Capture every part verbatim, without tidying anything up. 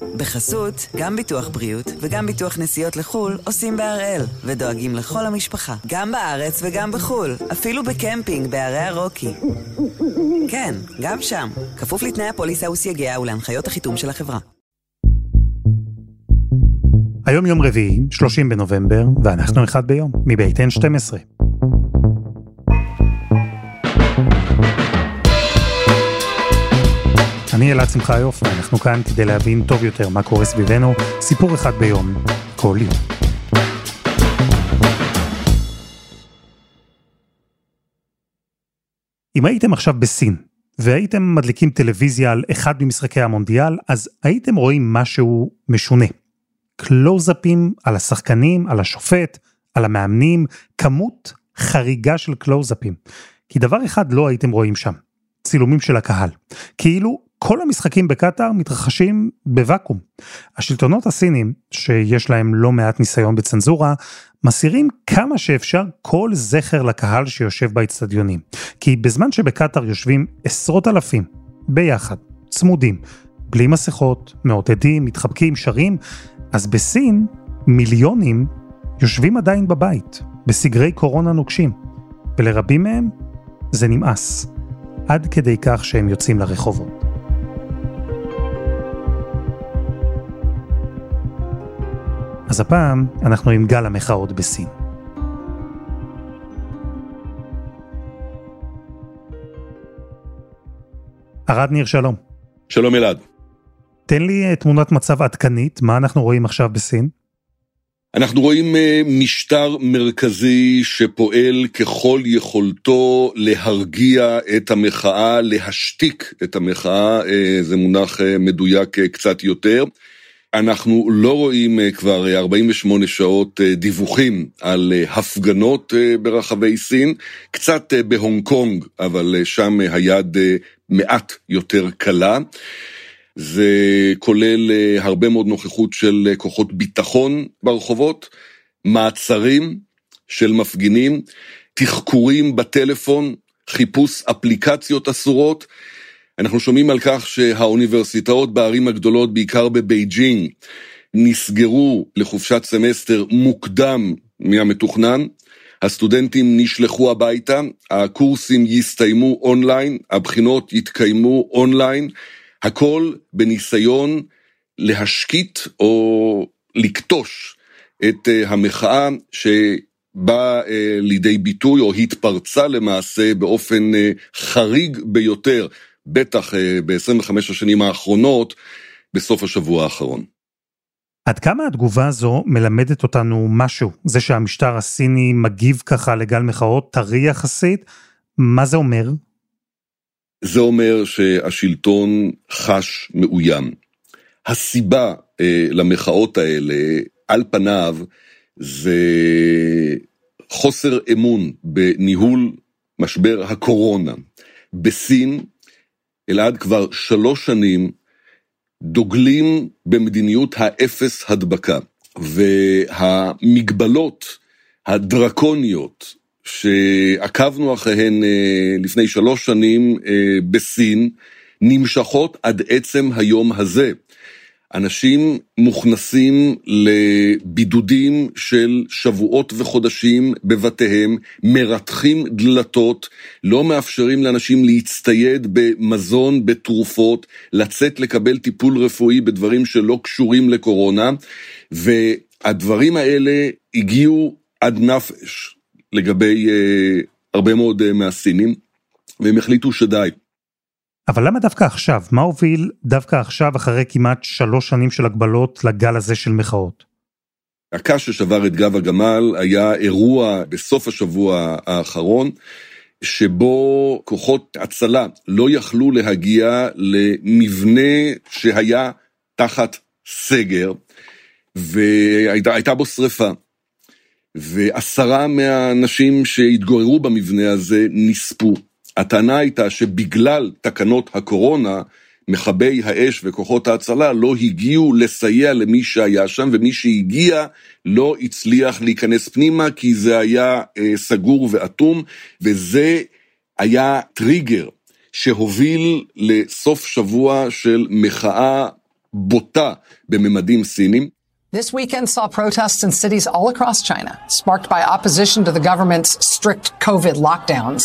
בחסות, גם ביטוח בריאות וגם ביטוח נסיעות לחול עושים בהראל, ודואגים לכל המשפחה, גם בארץ וגם בחול, אפילו בקמפינג בערי הרוקי. כן, גם שם, כפוף לתנאי הפוליסה וסייגיה ולהנחיות החיתום של החברה. היום יום רביעי, שלושים בנובמבר, ואנחנו אחד ביום, מבית אן שתים עשרה. אני אלעד שמחיוף, ואנחנו כאן כדי להבין טוב יותר מה קורה סביבנו, סיפור אחד ביום, כל יום. אם הייתם עכשיו בסין, והייתם מדליקים טלוויזיה על אחד ממשחקי המונדיאל, אז הייתם רואים משהו משונה. קלוזאפים על השחקנים, על השופט, על המאמנים, כמות חריגה של קלוזאפים. כי דבר אחד לא הייתם רואים שם, צילומים של הקהל. כאילו כל המשחקים בקטר מתרחשים בוואקום. השלטונות הסינים, שיש להם לא מעט ניסיון בצנזורה, מסירים כמה שאפשר כל זכר לקהל שיושב באצטדיונים. כי בזמן שבקטר יושבים עשרות אלפים, ביחד, צמודים, בלי מסכות, מעודדים, מתחבקים, שרים, אז בסין מיליונים יושבים עדיין בבית, בסגרי קורונה נוקשים. ולרבים מהם זה נמאס, עד כדי כך שהם יוצאים לרחובות. אז הפעם אנחנו עם גל המחאות בסין. ארד ניר, שלום. שלום אלעד. תן לי תמונת מצב עדכנית, מה אנחנו רואים עכשיו בסין? אנחנו רואים משטר מרכזי שפועל ככל יכולתו להרגיע את המחאה, להשתיק את המחאה, זה מונח מדויק קצת יותר. אנחנו לא רואים כבר ארבעים ושמונה שעות דיווחים על הפגנות ברחבי סין, קצת בהונג קונג, אבל שם היד מעט יותר קלה. זה כולל הרבה מאוד נוכחות של כוחות ביטחון ברחובות, מעצרים של מפגינים, תחקורים בטלפון, חיפוש אפליקציות אסורות. אנחנו שומעים על כך שהאוניברסיטאות בערים הגדולות, בעיקר בבייג'ינג, נסגרו לחופשת סמסטר מוקדם מהמתוכנן. הסטודנטים נשלחו הביתה, הקורסים יסתיימו אונליין, הבחינות יתקיימו אונליין, הכל בניסיון להשקיט או לקטוש את המחאה שבאה לידי ביטוי או התפרצה למעשה באופן חריג ביותר, בטח ב-עשרים וחמש השנים האחרונות, בסוף השבוע האחרון. עד כמה התגובה הזו מלמדת אותנו משהו? זה שהמשטר הסיני מגיב ככה לגל מחאות טרי יחסית, מה זה אומר? זה אומר שהשלטון חש מאוים. הסיבה אה, למחאות האלה, על פניו, זה חוסר אמון בניהול משבר הקורונה. בסין, אלעד כבר שלוש שנים, דוגלים במדיניות האפס הדבקה, והמגבלות הדרקוניות, שעקבנו אחריהן לפני שלוש שנים בסין, נמשכות עד עצם היום הזה. אנשים מוכנסים לבידודים של שבועות וחודשים בבתיהם, מרתחים דלתות, לא מאפשרים לאנשים להצטייד במזון, בתרופות, לצאת לקבל טיפול רפואי בדברים שלא קשורים לקורונה, והדברים האלה הגיעו עד נפש. לגבי אה, הרבה מאוד אה, מהסינים, והם החליטו שדי. אבל למה דווקא עכשיו? מה הוביל דווקא עכשיו, אחרי כמעט שלוש שנים של הגבלות, לגל הזה של מחאות? הקש ששבר את גב הגמל היה אירוע בסוף השבוע האחרון, שבו כוחות הצלה לא יכלו להגיע למבנה שהיה תחת סגר, והייתה בו שריפה. ועשרה מהאנשים שהתגוררו במבנה הזה נספו. הטענה הייתה שבגלל תקנות הקורונה, מחבי האש וכוחות ההצלה לא הגיעו לסייע למי שהיה שם, ומי שהגיע לא הצליח להיכנס פנימה, כי זה היה אה, סגור ואטום, וזה היה טריגר שהוביל לסוף שבוע של מחאה בוטה בממדים סינים. This weekend saw protests in cities all across China, sparked by opposition to the government's strict COVID lockdowns.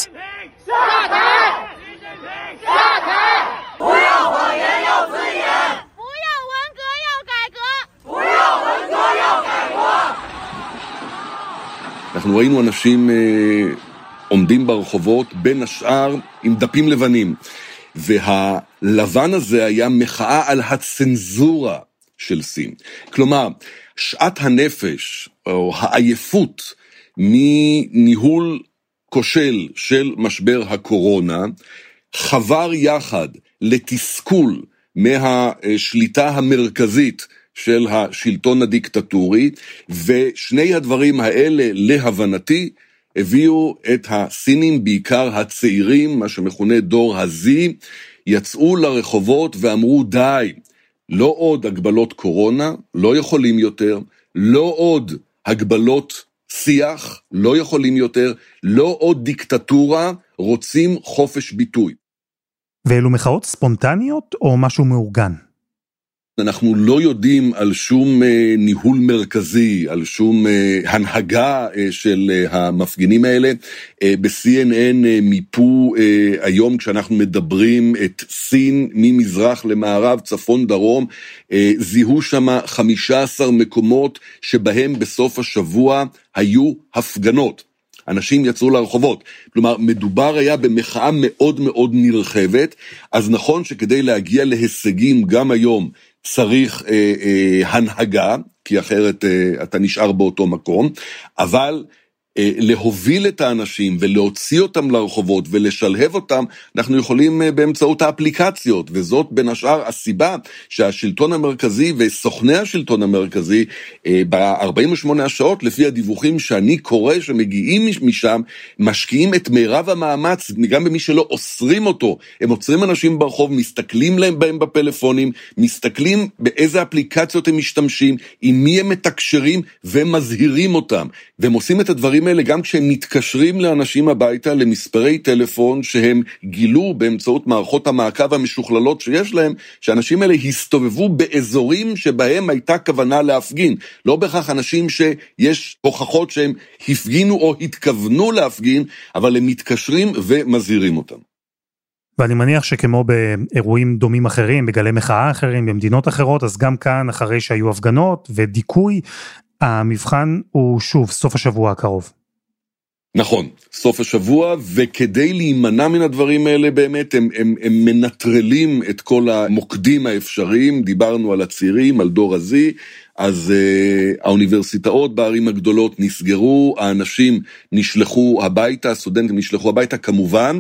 אנחנו ראינו אנשים אה, עומדים ברחובות, בין השאר עם דפים לבנים, והלבן הזה היה מחאה על הצנזורה של סין. כלומר, שעת הנפש או העייפות מניהול כושל של משבר הקורונה, חבר יחד לתסכול מהשליטה המרכזית של השלטון הדיקטטורי, ושני הדברים האלה להבנתי הביאו את הסינים, בעיקר הצעירים, מה שמכונה דור הזי, יצאו לרחובות ואמרו די, לא עוד הגבלות קורונה, לא יכולים יותר, לא עוד הגבלות שיח, לא יכולים יותר, לא עוד דיקטטורה, רוצים חופש ביטוי. ואלו מחאות ספונטניות או משהו מאורגן? אנחנו לא יודעים על שום ניהול מרכזי, על שום הנהגה של המפגינים האלה. ב-סי אן אן מיפו היום כשאנחנו מדברים את סין ממזרח למערב, צפון דרום, זיהו שם חמישה עשר מקומות שבהם בסוף השבוע היו הפגנות. אנשים יצאו לרחובות, כלומר מדובר היה במחאה מאוד מאוד נרחבת, אז נכון שכדי להגיע להישגים גם היום צריך אה, אה, הנהגה, כי אחרת אה, אתה נשאר באותו מקום, אבל אה, להוביל את האנשים ולהוציא אותם לרחובות ולשלהב אותם, אנחנו יכולים אה, באמצעות האפליקציות, וזאת בין השאר הסיבה שהשלטון המרכזי וסוכני השלטון המרכזי, אה, ב-ארבעים ושמונה השעות, לפי הדיווחים שאני קורא שמגיעים משם, משקיעים את מירב המאמץ, גם במי שלא אוסרים אותו, הם עוצרים אנשים ברחוב, מסתכלים להם בהם בפלאפונים, מסתכלים באיזה אפליקציות הם משתמשים, עם מי הם מתקשרים ומזהירים אותם, והם עושים את הדברים האלה גם כשהם מתקשרים לאנשים הביתה למספרי טלפון שהם גילו באמצעות מערכות המעקב המשוכללות שיש להם, שאנשים האלה הסתובבו באזורים שבהם הייתה כוונה להפגין. לא בכך אנשים שיש הוכחות שהם הפגינו או התכוונו להפגין, אבל הם מתקשרים ומזהירים אותם. ואני מניח שכמו באירועים דומים אחרים, בגלי מחאה אחרים, במדינות אחרות, אז גם כאן אחרי שהיו הפגנות ודיכוי, המבחן הוא שוב סוף השבוע הקרוב. נכון, סוף השבוע, וכדי להימנע מן הדברים האלה באמת, הם, הם, הם מנטרלים את כל המוקדים האפשריים, דיברנו על הצעירים, על דור הזי, אז uh, האוניברסיטאות בערים הגדולות נסגרו, האנשים נשלחו הביתה, הסטודנטים נשלחו הביתה, כמובן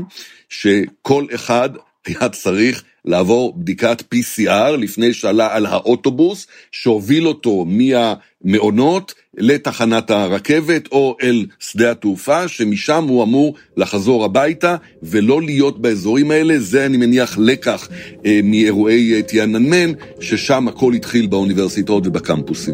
שכל אחד היה צריך לעבור בדיקת פי סי אר לפני שעלה על האוטובוס, שהוביל אותו מהמעונות לתחנת הרכבת או אל שדה התעופה, שמשם הוא אמור לחזור הביתה ולא להיות באזורים האלה. זה אני מניח לקח אה, מאירועי תיאננמן, ששם הכל התחיל באוניברסיטאות ובקמפוסים.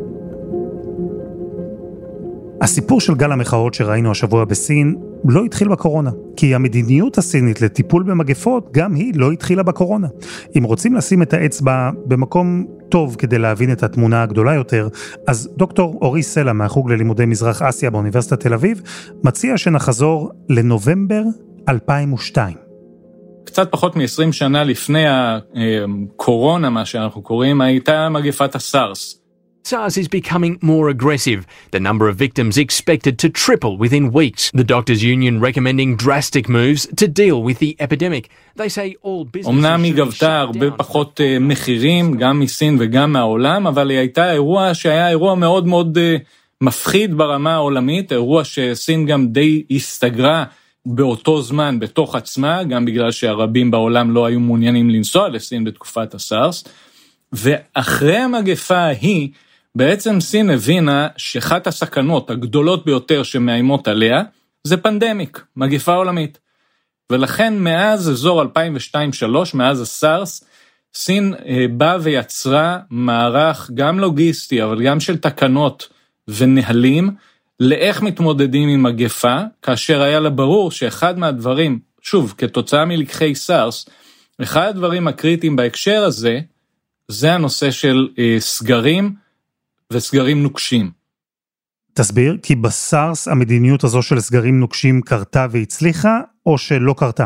הסיפור של גל המחאות שראינו השבוע בסין לא התחיל בקורונה, כי המדיניות הסינית לטיפול במגפות גם היא לא התחילה בקורונה. אם רוצים לשים את האצבע במקום טוב כדי להבין את התמונה הגדולה יותר, אז דוקטור אורי סלע מהחוג ללימודי מזרח אסיה באוניברסיטת תל אביב מציע שנחזור לנובמבר אלפיים ושתיים. קצת פחות מ-עשרים שנה לפני הקורונה, מה שאנחנו קוראים, הייתה מגפת הסארס. SARS is becoming more aggressive. The number of victims expected to triple within weeks. The Doctors' Union recommending drastic moves to deal with the epidemic. They say all businesses... אמנם היא גבתה הרבה פחות מחירים, גם מסין וגם מהעולם, אבל היא הייתה אירוע שהיה אירוע מאוד מאוד מפחיד ברמה העולמית, אירוע שסין גם די הסתגרה באותו זמן בתוך עצמה, גם בגלל שהרבים בעולם לא היו מעוניינים לנסוע לסין בתקופת הסארס. ואחרי המגפה ההיא, בעצם סין הבינה שאחת הסכנות הגדולות ביותר שמאיימות עליה, זה פנדמיק, מגפה עולמית. ולכן מאז אזור אלפיים ושתיים שלוש, מאז הסארס, סין באה ויצרה מערך גם לוגיסטי, אבל גם של תקנות ונהלים, לאיך מתמודדים עם מגפה, כאשר היה לה ברור שאחד מהדברים, שוב, כתוצאה מלקחי סארס, אחד הדברים הקריטיים בהקשר הזה, זה הנושא של אה, סגרים וסגרים נוקשים. תסביר, כי בסארס המדיניות הזו של סגרים נוקשים קרתה והצליחה, או שלא קרתה?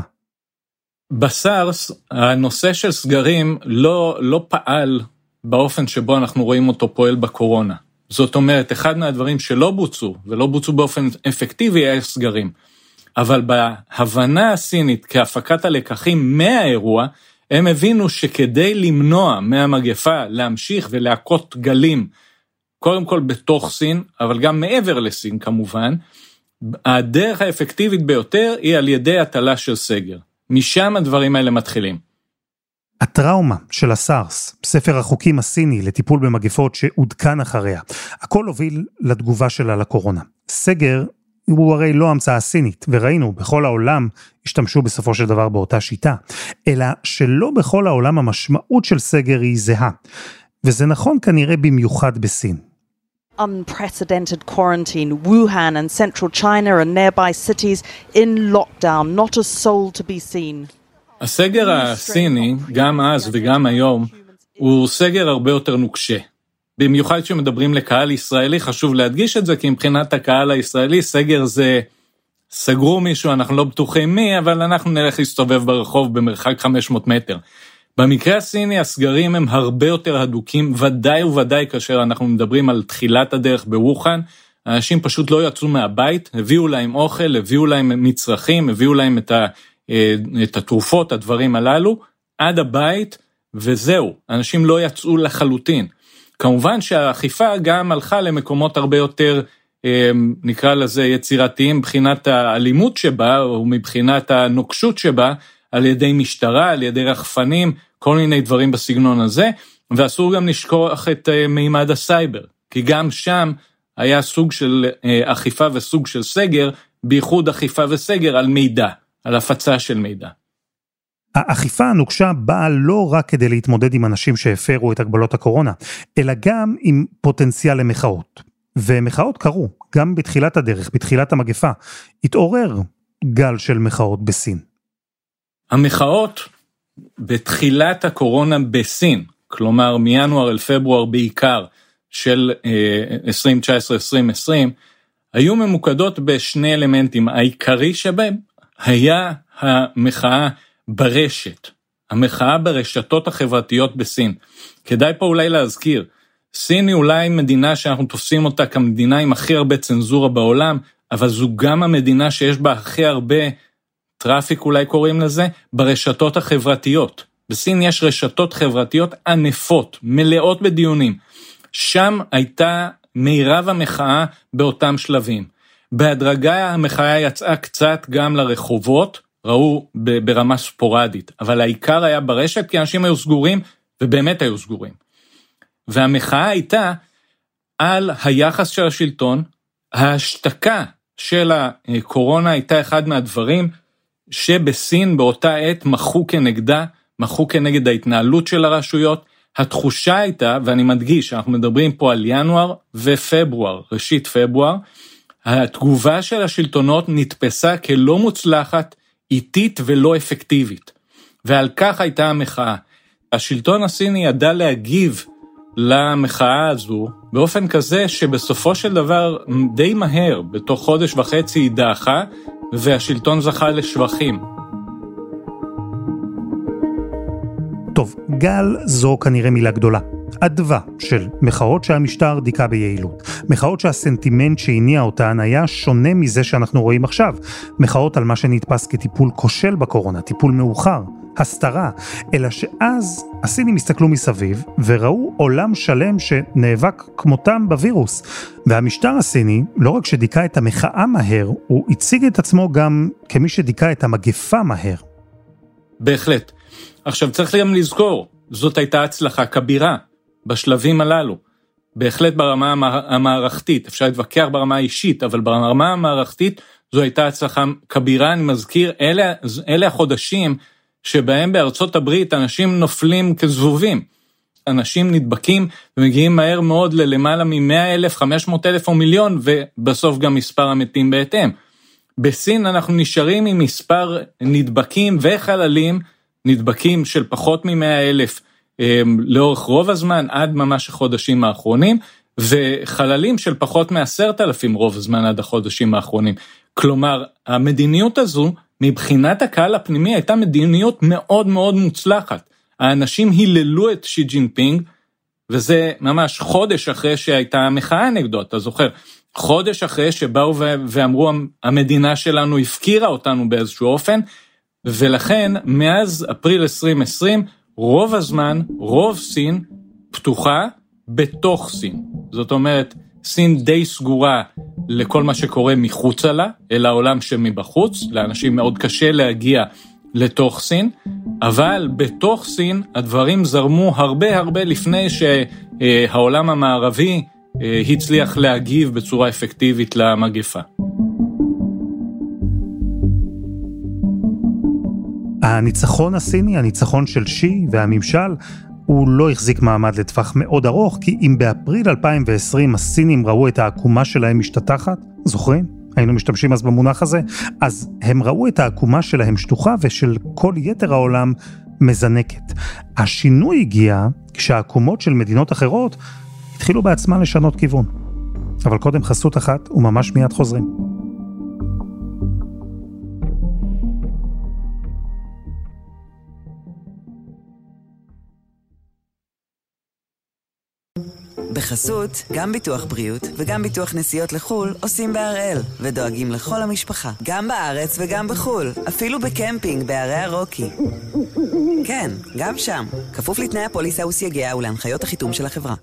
בסארס הנושא של סגרים לא, לא פעל באופן שבו אנחנו רואים אותו פועל בקורונה. זאת אומרת, אחד מהדברים שלא בוצעו, ולא בוצעו באופן אפקטיבי, היה סגרים. אבל בהבנה הסינית, כהפקת הלקחים מהאירוע, הם הבינו שכדי למנוע מהמגפה להמשיך ולהכות גלים, קודם כל בתוך סין, אבל גם מעבר לסין כמובן, הדרך האפקטיבית ביותר היא על ידי הטלה של סגר. משם הדברים האלה מתחילים. הטראומה של הסארס, ספר החוקים הסיני לטיפול במגפות שעודכן אחריה, הכל הוביל לתגובה שלה לקורונה. סגר הוא הרי לא המצאה סינית, וראינו, בכל העולם השתמשו בסופו של דבר באותה שיטה, אלא שלא בכל העולם המשמעות של סגר היא זהה, וזה נכון כנראה במיוחד בסין. Unprecedented quarantine, Wuhan and central China and nearby cities in lockdown, not a soul to be seen. הסגר הסיני, גם אז וגם היום, הוא סגר הרבה יותר נוקשה. במיוחד שמדברים לקהל ישראלי, חשוב להדגיש את זה, כי מבחינת הקהל הישראלי, סגר זה, סגרו מישהו, אנחנו לא בטוחים מי, אבל אנחנו נלך להסתובב ברחוב במרחק חמש מאות מטר. במקרה הסיני, הסגרים הם הרבה יותר הדוקים, ודאי וודאי כאשר אנחנו מדברים על תחילת הדרך בווחן, אנשים פשוט לא יצאו מהבית, הביאו להם אוכל, הביאו להם מצרכים, הביאו להם את, ה, את התרופות, הדברים הללו, עד הבית, וזהו, אנשים לא יצאו לחלוטין. כמובן שהאכיפה גם הלכה למקומות הרבה יותר, נקרא לזה יצירתיים, מבחינת האלימות שבה, או מבחינת הנוקשות שבה, על ידי משטרה, על ידי רחפנים, כל מיני דברים בסגנון הזה, ואסור גם לשכוח את מימד הסייבר, כי גם שם היה סוג של אכיפה וסוג של סגר, בייחוד אכיפה וסגר על מידע, על הפצה של מידע. האכיפה הנוקשה באה לא רק כדי להתמודד עם אנשים שהפרו את הגבלות הקורונה, אלא גם עם פוטנציאל למחאות. ומחאות קרו, גם בתחילת הדרך, בתחילת המגפה, התעורר גל של מחאות בסין. המחאות בתחילת הקורונה בסין, כלומר מינואר אל פברואר בעיקר של עשרים תשע עשרה עשרים עשרים, היו ממוקדות בשני אלמנטים. העיקרי שבהם היה המחאה ברשת, המחאה ברשתות החברתיות בסין. כדאי פה אולי להזכיר, סין היא אולי מדינה שאנחנו תופסים אותה כמדינה עם הכי הרבה צנזורה בעולם, אבל זו גם המדינה שיש בה הכי הרבה טראפיק אולי קוראים לזה, ברשתות החברתיות. בסין יש רשתות חברתיות ענפות, מלאות בדיונים. שם הייתה מירב המחאה באותם שלבים. בהדרגה המחאה יצאה קצת גם לרחובות, ראו ברמה ספורדית, אבל העיקר היה ברשת, כי אנשים היו סגורים, ובאמת היו סגורים. והמחאה הייתה על היחס של השלטון, ההשתקה של הקורונה הייתה אחד מהדברים, שבסין באותה עת מחו כנגדה, מחו כנגד ההתנהלות של הרשויות. התחושה הייתה, ואני מדגיש, אנחנו מדברים פה על ינואר ופברואר, ראשית פברואר, התגובה של השלטונות נתפסה כלא מוצלחת, איטית ולא אפקטיבית. ועל כך הייתה המחאה. השלטון הסיני ידע להגיב למחאה הזו, באופן כזה שבסופו של דבר די מהר, בתוך חודש וחצי היא דעכה, והשלטון זכה לשבחים. טוב, גל זו כנראה מילה גדולה. עדווה של מחאות שהמשטר דיכא ביעילות. מחאות שהסנטימנט שהניע אותן היה שונה מזה שאנחנו רואים עכשיו. מחאות על מה שנתפס כטיפול כושל בקורונה, טיפול מאוחר, הסתרה. אלא שאז הסינים הסתכלו מסביב וראו עולם שלם שנאבק כמותם בווירוס. והמשטר הסיני, לא רק שדיכא את המחאה מהר, הוא הציג את עצמו גם כמי שדיכא את המגפה מהר. בהחלט. עכשיו צריך גם לזכור, זאת הייתה הצלחה כבירה בשלבים הללו. בהחלט ברמה המערכתית, אפשר להתווכח ברמה האישית, אבל ברמה המערכתית זו הייתה הצלחה כבירה. אני מזכיר, אלה, אלה החודשים שבהם בארצות הברית אנשים נופלים כזבובים. אנשים נדבקים ומגיעים מהר מאוד ללמעלה מ-מאה אלף, חמש מאות אלף או מיליון, ובסוף גם מספר המתים בהתאם. בסין אנחנו נשארים עם מספר נדבקים וחללים, נדבקים של פחות מ-מאה אלף לאורך רוב הזמן, עד ממש החודשים האחרונים, וחללים של פחות מעשרת אלפים רוב הזמן עד החודשים האחרונים. כלומר, המדיניות הזו, מבחינת הקהל הפנימי, הייתה מדיניות מאוד מאוד מוצלחת. האנשים היללו את שי ג'ינפינג, וזה ממש חודש אחרי שהייתה המחאה נגדו, אתה זוכר? חודש אחרי שבאו ואמרו, המדינה שלנו הפקירה אותנו באיזשהו אופן, ולכן מאז אפריל עשרים עשרים, רוב הזמן, רוב סין פתוחה בתוך סין. זאת אומרת, סין די סגורה לכל מה שקורה מחוצה לה, אל העולם שמבחוץ, לאנשים מאוד קשה להגיע לתוך סין, אבל בתוך סין הדברים זרמו הרבה הרבה לפני שהעולם המערבי הצליח להגיב בצורה אפקטיבית למגפה. הניצחון הסיני, הניצחון של שי והממשל, הוא לא החזיק מעמד לטווח מאוד ארוך, כי אם באפריל אלפיים ועשרים הסינים ראו את העקומה שלהם משתתחת, זוכרים? היינו משתמשים אז במונח הזה, אז הם ראו את העקומה שלהם שטוחה ושל כל יתר העולם מזנקת. השינוי הגיע כשהעקומות של מדינות אחרות התחילו בעצמן לשנות כיוון. אבל קודם חסות אחת וממש מיד חוזרים. בחסות, גם ביטוח בריאות וגם ביטוח נסיעות לחול עושים בהראל ודואגים לכל המשפחה, גם בארץ וגם בחול, אפילו בקמפינג בערי הרוקי. כן, גם שם, כפוף לתנאי הפוליסה וסייגיה ולהנחיות החיתום של החברה.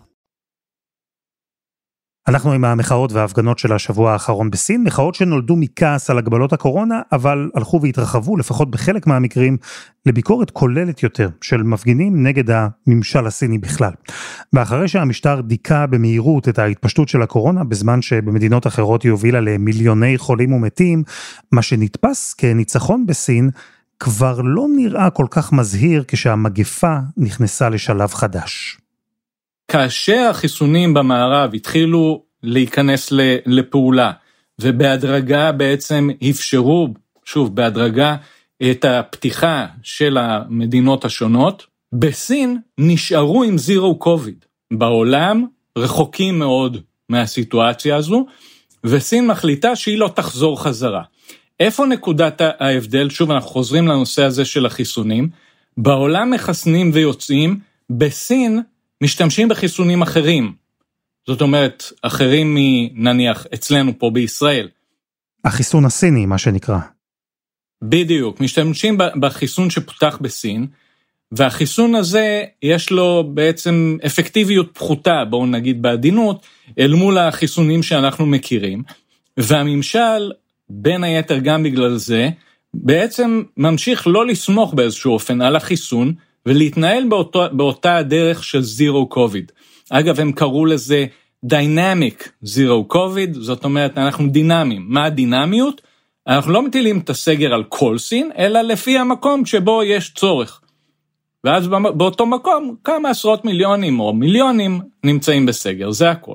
אנחנו עם המחאות וההפגנות של השבוע האחרון בסין, מחאות שנולדו מכעס על הגבלות הקורונה, אבל הלכו והתרחבו, לפחות בחלק מהמקרים, לביקורת כוללת יותר של מפגינים נגד הממשל הסיני בכלל. ואחרי שהמשטר דיכא במהירות את ההתפשטות של הקורונה, בזמן שבמדינות אחרות היא הובילה למיליוני חולים ומתים, מה שנתפס כניצחון בסין, כבר לא נראה כל כך מזהיר כשהמגפה נכנסה לשלב חדש. כאשר החיסונים במערב התחילו להיכנס לפעולה, ובהדרגה בעצם אפשרו, שוב, בהדרגה את הפתיחה של המדינות השונות, בסין נשארו עם זירו קוביד. בעולם רחוקים מאוד מהסיטואציה הזו, וסין מחליטה שהיא לא תחזור חזרה. איפה נקודת ההבדל? שוב, אנחנו חוזרים לנושא הזה של החיסונים. בעולם מחסנים ויוצאים, בסין משתמשים בחיסונים אחרים. זאת אומרת, אחרים מנניח אצלנו פה בישראל. החיסון הסיני, מה שנקרא. בדיוק, משתמשים בחיסון שפותח בסין, והחיסון הזה יש לו בעצם אפקטיביות פחותה, בואו נגיד בעדינות, אל מול החיסונים שאנחנו מכירים, והממשל, בין היתר גם בגלל זה, בעצם ממשיך לא לסמוך באיזשהו אופן על החיסון, ולהתנהל באותו, באותה הדרך של זירו קוביד. אגב, הם קראו לזה dynamic zero covid, זאת אומרת, אנחנו דינמיים. מה הדינמיות? אנחנו לא מטילים את הסגר על כל סין, אלא לפי המקום שבו יש צורך. ואז באותו מקום, כמה עשרות מיליונים או מיליונים נמצאים בסגר, זה הכל.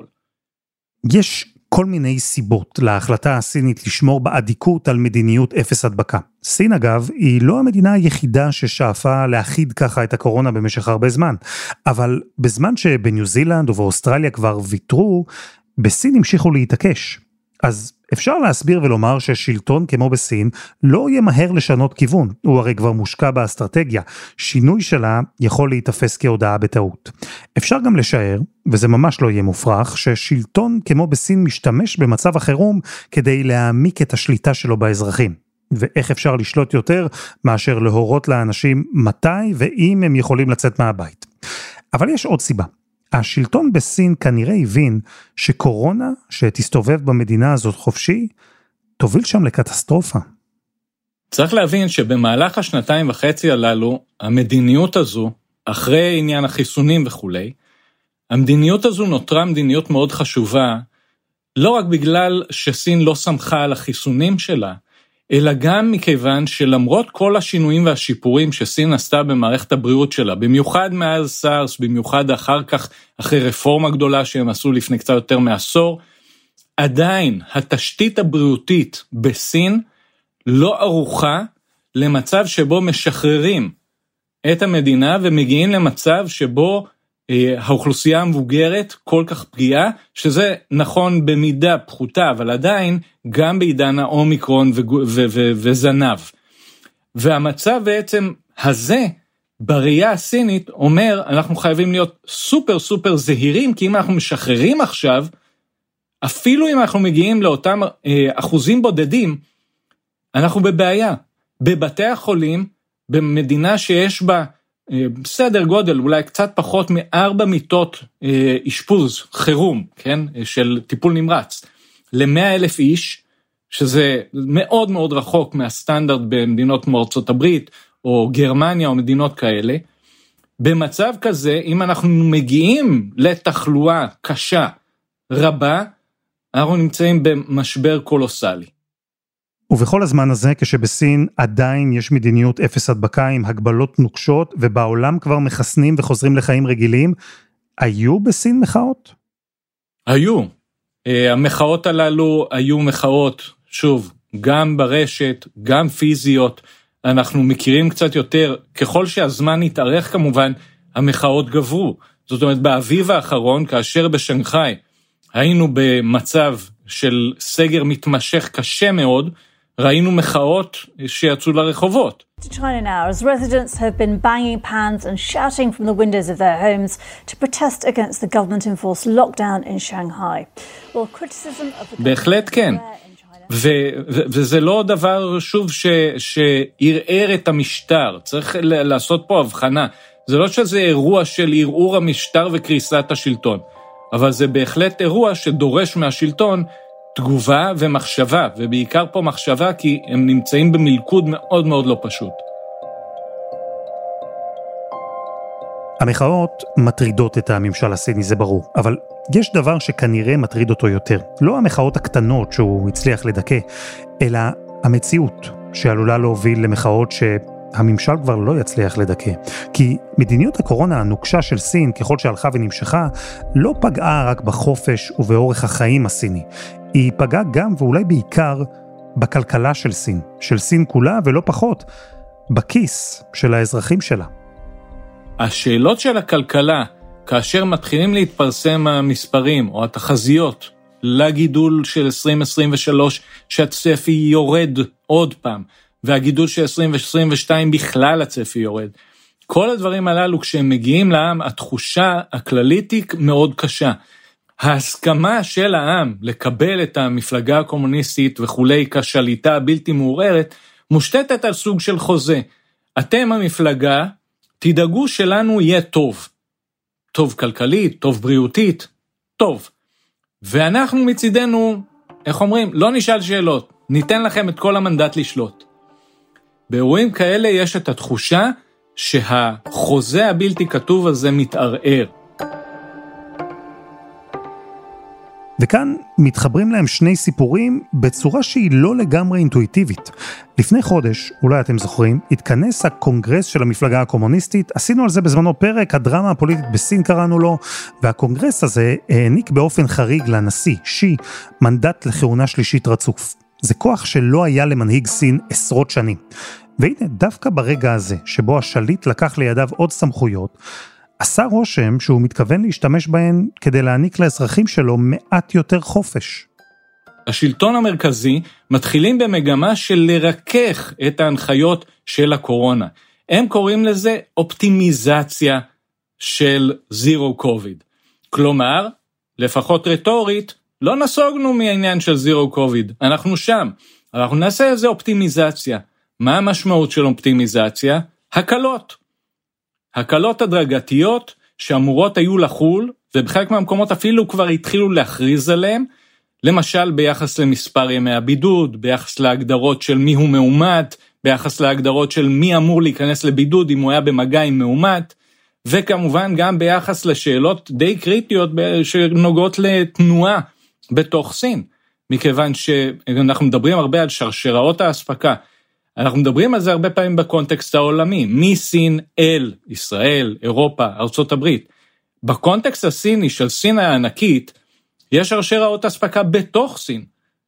יש כל מיני סיבות להחלטה הסינית לשמור בעדיקות על מדיניות אפס הדבקה. סין אגב היא לא המדינה היחידה ששאפה להחיד ככה את הקורונה במשך הרבה זמן, אבל בזמן שבניו זילנד ובאוסטרליה כבר ויתרו, בסין המשיכו להתעקש. אז אפשר להסביר ולומר ששלטון כמו בסין לא יהיה מהר לשנות כיוון, הוא הרי כבר מושקע באסטרטגיה, שינוי שלה יכול להתאפס כהודעה בטעות. אפשר גם לשער, וזה ממש לא יהיה מופרך, ששלטון כמו בסין משתמש במצב החירום כדי להעמיק את השליטה שלו באזרחים. ואיך אפשר לשלוט יותר מאשר להורות לאנשים מתי ואם הם יכולים לצאת מהבית. אבל יש עוד סיבה. השלטון בסין כנראה הבין שקורונה שתסתובב במדינה הזאת חופשי, תוביל שם לקטסטרופה. צריך להבין שבמהלך השנתיים וחצי הללו, המדיניות הזו, אחרי עניין החיסונים וכולי, המדיניות הזו נותרה מדיניות מאוד חשובה, לא רק בגלל שסין לא שמחה על החיסונים שלה, אלא גם מכיוון שלמרות כל השינויים והשיפורים שסין עשתה במערכת הבריאות שלה, במיוחד מאז סארס, במיוחד אחר כך, אחרי רפורמה גדולה שהם עשו לפני קצת יותר מעשור, עדיין התשתית הבריאותית בסין לא ערוכה למצב שבו משחררים את המדינה ומגיעים למצב שבו אה, האוכלוסייה המבוגרת כל כך פגיעה, שזה נכון במידה פחותה, אבל עדיין גם בעידן האומיקרון ו- ו- ו- וזנב. והמצב בעצם הזה, בראייה הסינית, אומר, אנחנו חייבים להיות סופר סופר זהירים, כי אם אנחנו משחררים עכשיו, אפילו אם אנחנו מגיעים לאותם אה, אחוזים בודדים, אנחנו בבעיה. בבתי החולים, במדינה שיש בה אה, בסדר גודל, אולי קצת פחות מארבע מיטות אה, אשפוז, חירום, כן? של טיפול נמרץ, למאה אלף איש, שזה מאוד מאוד רחוק מהסטנדרט במדינות כמו ארצות הברית, או גרמניה, או מדינות כאלה. במצב כזה, אם אנחנו מגיעים לתחלואה קשה, רבה, אנחנו נמצאים במשבר קולוסלי. ובכל הזמן הזה, כשבסין עדיין יש מדיניות אפס הדבקה עם הגבלות נוקשות, ובעולם כבר מחסנים וחוזרים לחיים רגילים, היו בסין מחאות? היו. המחאות הללו היו מחאות, שוב, גם ברשת, גם פיזיות. אנחנו מכירים קצת יותר, ככל שהזמן יתארך כמובן, המחאות גברו. זאת אומרת, באביב האחרון, כאשר בשנגחאי, היינו במצב של סגר מתמשך קשה מאוד, ראינו מחאות שיצאו לרחובות. To China now, as residents have been banging pans and shouting from the windows of their homes to protest against the government-enforced lockdown in Shanghai. Well, criticism of the בהחלט כן. וזה לא דבר, שוב, שערער את המשטר. צריך לעשות פה הבחנה. זה לא שזה אירוע של ערעור המשטר וקריסת השלטון, אבל זה בהחלט אירוע שדורש מהשלטון תגובה ומחשבה, ובעיקר פה מחשבה, כי הם נמצאים במלכוד מאוד מאוד לא פשוט. המחאות מטרידות את הממשל הסיני, זה ברור, אבל יש דבר שכנראה מטריד אותו יותר. לא המחאות הקטנות שהוא הצליח לדכא, אלא המציאות שעלולה להוביל למחאות שהממשל כבר לא יצליח לדכא. כי מדיניות הקורונה הנוקשה של סין, ככל שהלכה ונמשכה, לא פגעה רק בחופש ובאורך החיים הסיני. היא פגעה גם ואולי בעיקר בכלכלה של סין, של סין כולה ולא פחות, בכיס של האזרחים שלה. השאלות של הכלכלה, כאשר מתחילים להתפרסם המספרים או התחזיות לגידול של עשרים עשרים ושלוש, שהצפי יורד עוד פעם, והגידול של עשרים עשרים ושתיים בכלל הצפי יורד. כל הדברים הללו כשהם מגיעים לעם, התחושה הכללית היא מאוד קשה. ההסכמה של העם לקבל את המפלגה הקומוניסטית וכולי כשליטה בלתי מעוררת, מושתתת על סוג של חוזה. אתם המפלגה, תדאגו שלנו יהיה טוב. טוב כלכלית, טוב בריאותית, טוב. ואנחנו מצידנו, איך אומרים, לא נשאל שאלות, ניתן לכם את כל המנדט לשלוט. באירועים כאלה יש את התחושה שהחוזה הבלתי כתוב הזה מתערער. וכאן מתחברים להם שני סיפורים בצורה שהיא לא לגמרי אינטואיטיבית. לפני חודש, אולי אתם זוכרים, התכנס הקונגרס של המפלגה הקומוניסטית, עשינו על זה בזמנו פרק, הדרמה הפוליטית בסין קראנו לו, והקונגרס הזה העניק באופן חריג לנשיא, שי, מנדט לכהונה שלישית רצוף. זה כוח שלא היה למנהיג סין עשרות שנים. והנה, דווקא ברגע הזה, שבו השליט לקח לידיו עוד סמכויות, עשה רושם שהוא מתכוון להשתמש בהן כדי להעניק לאזרחים שלו מעט יותר חופש. השלטון המרכזי מתחילים במגמה של לרכך את ההנחיות של הקורונה. הם קוראים לזה אופטימיזציה של זירו קוביד. כלומר, לפחות רטורית, לא נסוגנו מהעניין של זירו קוביד. אנחנו שם. אנחנו נעשה איזה אופטימיזציה. מה המשמעות של אופטימיזציה? הקלות. הקלות הדרגתיות שאמורות היו לחול, ובחלק מהמקומות אפילו כבר התחילו להכריז עליהם, למשל ביחס למספר ימי הבידוד, ביחס להגדרות של מי הוא מאומת, ביחס להגדרות של מי אמור להיכנס לבידוד אם הוא היה במגע עם מאומת, וכמובן גם ביחס לשאלות די קריטיות שנוגעות לתנועה בתוך סין, מכיוון שאנחנו מדברים הרבה על שרשראות ההספקה, אנחנו מדברים על זה הרבה פעמים בקונטקסט העולמי, מסין אל ישראל, אירופה, ארצות הברית. בקונטקסט הסיני של סין הענקית, יש שרשראות הספקה בתוך סין,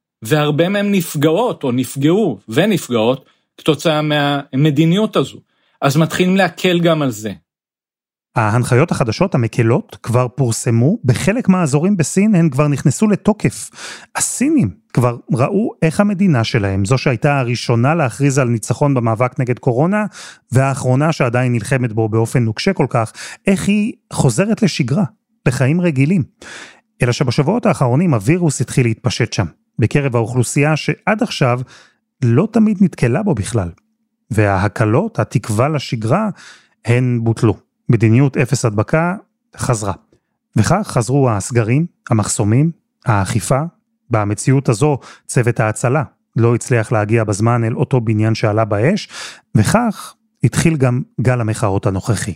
והרבה מהם נפגעות או נפגעו ונפגעות כתוצאה מהמדיניות הזו. אז מתחילים להקל גם על זה. ההנחיות החדשות המקלות כבר פורסמו, בחלק מהאזורים בסין הן כבר נכנסו לתוקף. הסינים כבר ראו איך המדינה שלהם, זו שהייתה הראשונה להכריז על ניצחון במאבק נגד קורונה, והאחרונה שעדיין נלחמת בו באופן נוקשה כל כך, איך היא חוזרת לשגרה, לחיים רגילים. אלא שבשבועות האחרונים הווירוס התחיל להתפשט שם, בקרב האוכלוסייה שעד עכשיו לא תמיד נתקלה בו בכלל. וההקלות, התקווה לשגרה, הן בוטלו. מדיניות אפס הדבקה חזרה. וכך חזרו הסגרים, המחסומים, האכיפה. במציאות הזו צוות ההצלה לא הצליח להגיע בזמן אל אותו בניין שעלה באש, וכך התחיל גם גל המחאות הנוכחי.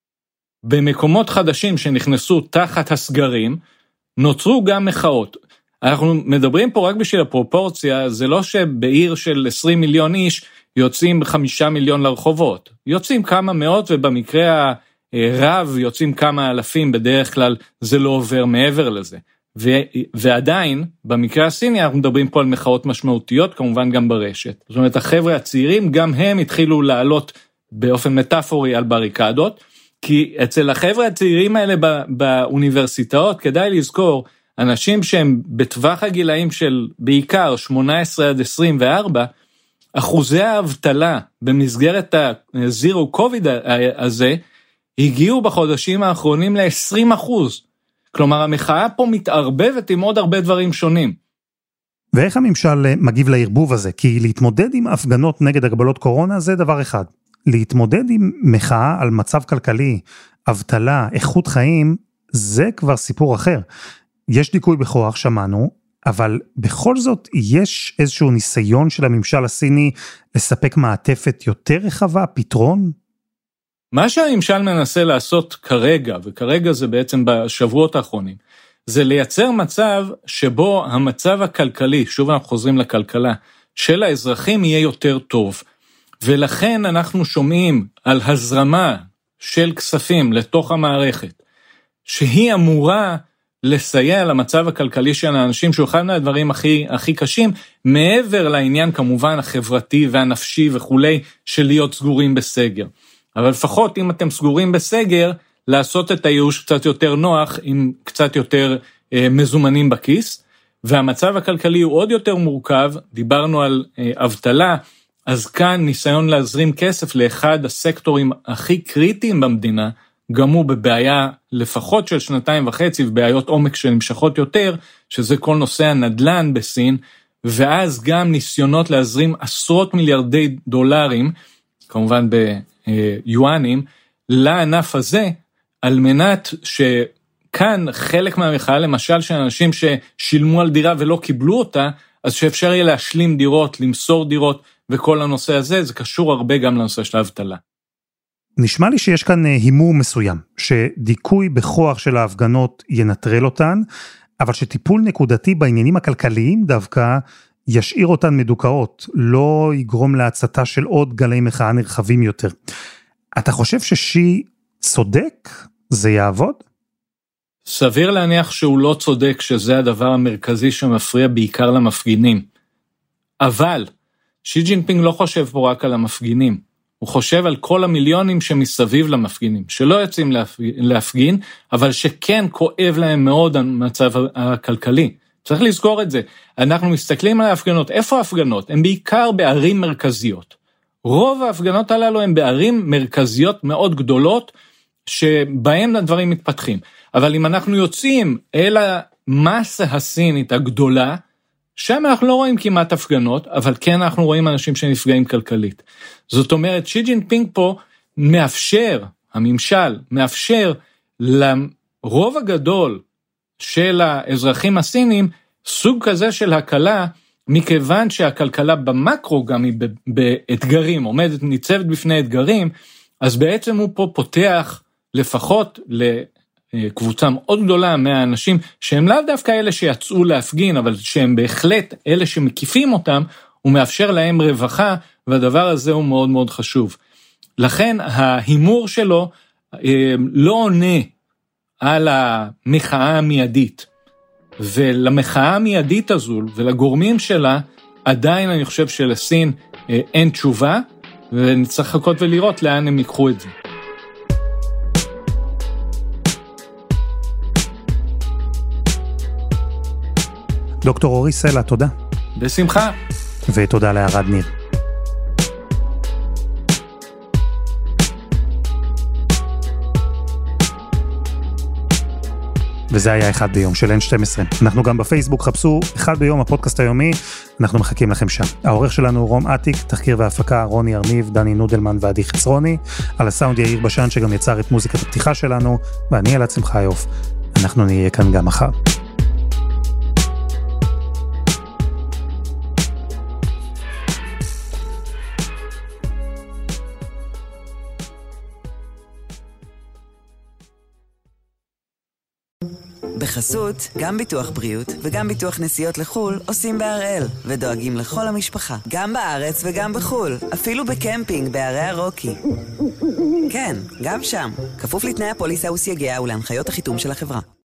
במקומות חדשים שנכנסו תחת הסגרים, נוצרו גם מחאות. אנחנו מדברים פה רק בשביל הפרופורציה, זה לא שבעיר של עשרים מיליון איש יוצאים חמישה מיליון לרחובות. יוצאים כמה מאות, ובמקרה הרב יוצאים כמה אלפים, בדרך כלל זה לא עובר מעבר לזה. ו- ועדיין, במקרה הסיני אנחנו מדברים פה על מחאות משמעותיות, כמובן גם ברשת. זאת אומרת, החבר'ה הצעירים, גם הם התחילו לעלות באופן מטאפורי על בריקדות, כי אצל החבר'ה הצעירים האלה בא- באוניברסיטאות, כדאי לזכור, אנשים שהם בטווח הגילאים של בעיקר שמונה עשרה עד עשרים וארבע, אחוזי האבטלה במסגרת הזירו קוביד הזה, הגיעו בחודשים האחרונים ל-עשרים אחוז. כלומר, המחאה פה מתערבבת עם עוד הרבה דברים שונים. ואיך הממשל מגיב לערבוב הזה? כי להתמודד עם הפגנות נגד הגבלות קורונה זה דבר אחד. להתמודד עם מחאה על מצב כלכלי, אבטלה, איכות חיים, זה כבר סיפור אחר. יש דיכוי בכוח, שמענו, אבל בכל זאת יש איזשהו ניסיון של הממשל הסיני לספק מעטפת יותר רחבה, פתרון? מה שהממשל מנסה לעשות כרגע, וכרגע זה בעצם בשבועות האחרונים, זה לייצר מצב שבו המצב הכלכלי, שוב אנחנו חוזרים לכלכלה, של האזרחים יהיה יותר טוב. ולכן אנחנו שומעים על הזרמה של כספים לתוך המערכת, שהיא אמורה לסייע למצב הכלכלי של האנשים, שהוא אחד מהדברים הכי, הכי קשים, מעבר לעניין כמובן החברתי והנפשי וכולי, של להיות סגורים בסגר. אבל לפחות אם אתם סגורים בסגר, לעשות את הייאוש קצת יותר נוח, עם קצת יותר אה, מזומנים בכיס, והמצב הכלכלי הוא עוד יותר מורכב, דיברנו על אה, אבטלה, אז כאן ניסיון להזרים כסף לאחד הסקטורים הכי קריטיים במדינה, גם הוא בבעיה לפחות של שנתיים וחצי, ובעיות עומק שנמשכות יותר, שזה כל נושא הנדלן בסין, ואז גם ניסיונות להזרים עשרות מיליארדי דולרים, כמובן ביואנים, לענף הזה, על מנת שכאן חלק מהמחאה, למשל של אנשים ששילמו על דירה ולא קיבלו אותה, אז שאפשר יהיה להשלים דירות, למסור דירות, וכל הנושא הזה, זה קשור הרבה גם לנושא של האבטלה. נשמע לי שיש כאן הימור מסוים, שדיכוי בכוח של ההפגנות ינטרל אותן, אבל שטיפול נקודתי בעניינים הכלכליים דווקא ישאיר אותן מדוכאות, לא יגרום להצתה של עוד גלי מחאה נרחבים יותר. אתה חושב ששי צודק? זה יעבוד? סביר להניח שהוא לא צודק, שזה הדבר המרכזי שמפריע בעיקר למפגינים. אבל שי ג'ינפינג לא חושב פה רק על המפגינים. הוא חושב על כל המיליונים שמסביב למפגינים, שלא יוצאים להפגין, אבל שכן כואב להם מאוד המצב הכלכלי. צריך לזכור את זה. אנחנו מסתכלים על ההפגנות. איפה ההפגנות? הן בעיקר בערים מרכזיות. רוב ההפגנות הללו הן בערים מרכזיות מאוד גדולות, שבהן הדברים מתפתחים. אבל אם אנחנו יוצאים אל המסה הסינית הגדולה, שם אנחנו לא רואים כמעט הפגנות, אבל כן אנחנו רואים אנשים שנפגעים כלכלית. זאת אומרת, שי ג'ינפינג פה מאפשר, הממשל מאפשר לרוב הגדול של האזרחים הסינים, סוג כזה של הקלה, מכיוון שהכלכלה במקרו גם היא באתגרים, עומדת, ניצבת בפני אתגרים, אז בעצם הוא פה פותח לפחות לקבוצה מאוד גדולה מהאנשים, שהם לאו דווקא אלה שיצאו להפגין, אבל שהם בהחלט אלה שמקיפים אותם, הוא מאפשר להם רווחה, והדבר הזה הוא מאוד מאוד חשוב. לכן ההימור שלו לא עונה על המחאה המיידית, ולמחאה המיידית הזו, ולגורמים שלה, עדיין אני חושב שלסין אין תשובה, ונצטרך לחכות ולראות לאן הם ייקחו את זה. דוקטור אורי סלע, תודה. בשמחה. ותודה לערד ניר. וזה היה אחד ביום של אן שתים עשרה. אנחנו גם בפייסבוק, חפשו אחד ביום הפודקאסט היומי, אנחנו מחכים לכם שם. העורך שלנו רום עתיק, תחקיר והפקה רוני ארניב, דני נודלמן ועדי חצרוני, על הסאונד יאיר בשן שגם יצר את מוזיקת הפתיחה שלנו, ואני אלעד שמחיוף. אנחנו נהיה כאן גם מחר. בחסות, גם ביטוח בריאות וגם ביטוח נסיעות לחול עושים בהראל ודואגים לכל המשפחה, גם בארץ וגם בחול, אפילו בקמפינג בערי הרוקי. כן, גם שם, כפוף לתנאי הפוליסה וסייגיה ולהנחיות החיתום של החברה.